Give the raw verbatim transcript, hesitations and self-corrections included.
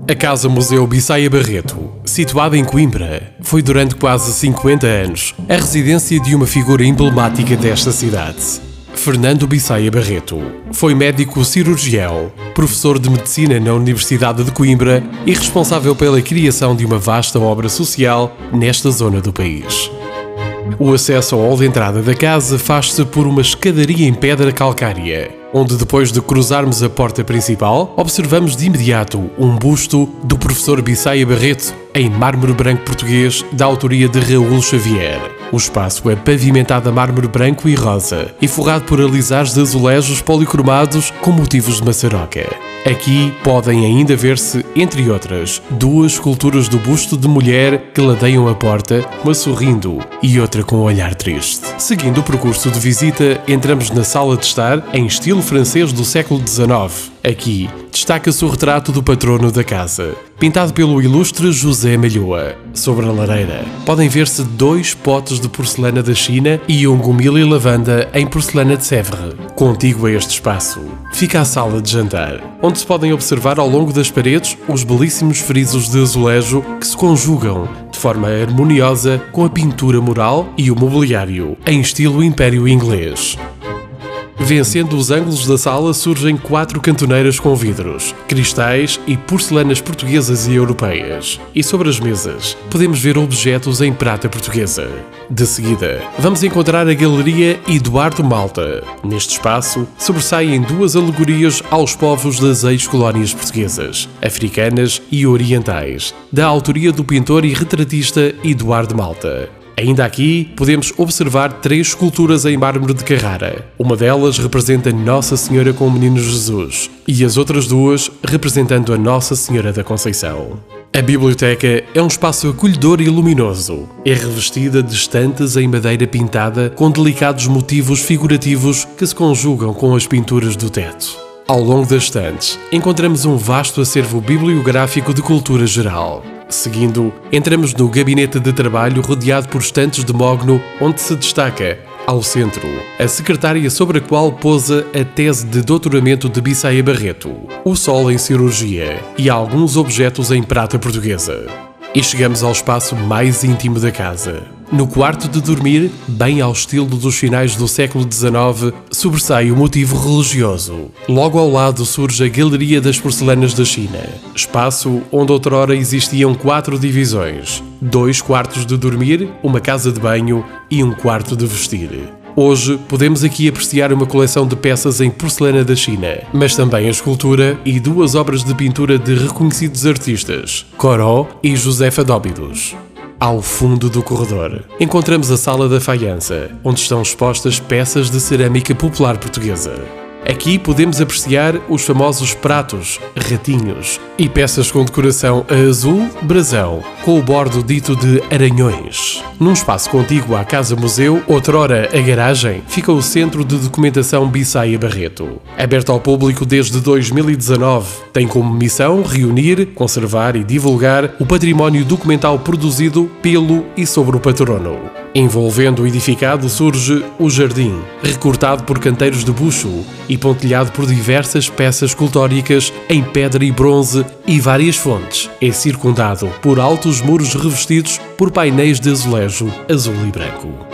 A Casa-Museu Bissaia Barreto, situada em Coimbra, foi durante quase cinquenta anos a residência de uma figura emblemática desta cidade. Fernando Bissaia Barreto foi médico cirurgião, professor de medicina na Universidade de Coimbra e responsável pela criação de uma vasta obra social nesta zona do país. O acesso ao hall de entrada da casa faz-se por uma escadaria em pedra calcária, onde depois de cruzarmos a porta principal, observamos de imediato um busto do professor Bissaia Barreto, em mármore branco português, da autoria de Raul Xavier. O espaço é pavimentado a mármore branco e rosa e forrado por alisares de azulejos policromados com motivos de maçaroca. Aqui podem ainda ver-se, entre outras, duas esculturas do busto de mulher que ladeiam a porta, uma sorrindo e outra com um olhar triste. Seguindo o percurso de visita, entramos na sala de estar em estilo francês do século dezenove. Aqui destaca-se o retrato do patrono da casa, pintado pelo ilustre José Malhoa. Sobre a lareira podem ver-se dois potes de porcelana da China e um gomil e lavanda em porcelana de Sèvres. Contíguo a este espaço fica a sala de jantar, onde se podem observar ao longo das paredes os belíssimos frisos de azulejo que se conjugam de forma harmoniosa com a pintura mural e o mobiliário em estilo Império Inglês. Vencendo os ângulos da sala surgem quatro cantoneiras com vidros, cristais e porcelanas portuguesas e europeias. E sobre as mesas podemos ver objetos em prata portuguesa. De seguida, vamos encontrar a Galeria Eduardo Malta. Neste espaço sobressaem duas alegorias aos povos das ex-colónias portuguesas, africanas e orientais, da autoria do pintor e retratista Eduardo Malta. Ainda aqui podemos observar três esculturas em mármore de Carrara. Uma delas representa Nossa Senhora com o Menino Jesus e as outras duas representando a Nossa Senhora da Conceição. A biblioteca é um espaço acolhedor e luminoso. É revestida de estantes em madeira pintada com delicados motivos figurativos que se conjugam com as pinturas do teto. Ao longo das estantes, encontramos um vasto acervo bibliográfico de cultura geral. Seguindo, entramos no gabinete de trabalho rodeado por estantes de mogno, onde se destaca, ao centro, a secretária sobre a qual pousa a tese de doutoramento de Bissaia Barreto, o sol em cirurgia e alguns objetos em prata portuguesa. E chegamos ao espaço mais íntimo da casa. No quarto de dormir, bem ao estilo dos finais do século dezenove, sobressai o motivo religioso. Logo ao lado surge a Galeria das Porcelanas da China, espaço onde outrora existiam quatro divisões, dois quartos de dormir, uma casa de banho e um quarto de vestir. Hoje podemos aqui apreciar uma coleção de peças em porcelana da China, mas também a escultura e duas obras de pintura de reconhecidos artistas, Corot e Josefa Dóbidos. Ao fundo do corredor, encontramos a Sala da Faiança, onde estão expostas peças de cerâmica popular portuguesa. Aqui podemos apreciar os famosos pratos, ratinhos e peças com decoração a azul brasão, com o bordo dito de aranhões. Num espaço contíguo à Casa-Museu, outrora a garagem, fica o Centro de Documentação Bissaia Barreto. Aberto ao público desde dois mil e dezanove, tem como missão reunir, conservar e divulgar o património documental produzido pelo e sobre o patrono. Envolvendo o edificado surge o jardim, recortado por canteiros de bucho e pontilhado por diversas peças escultóricas em pedra e bronze e várias fontes. É circundado por altos muros revestidos por painéis de azulejo azul e branco.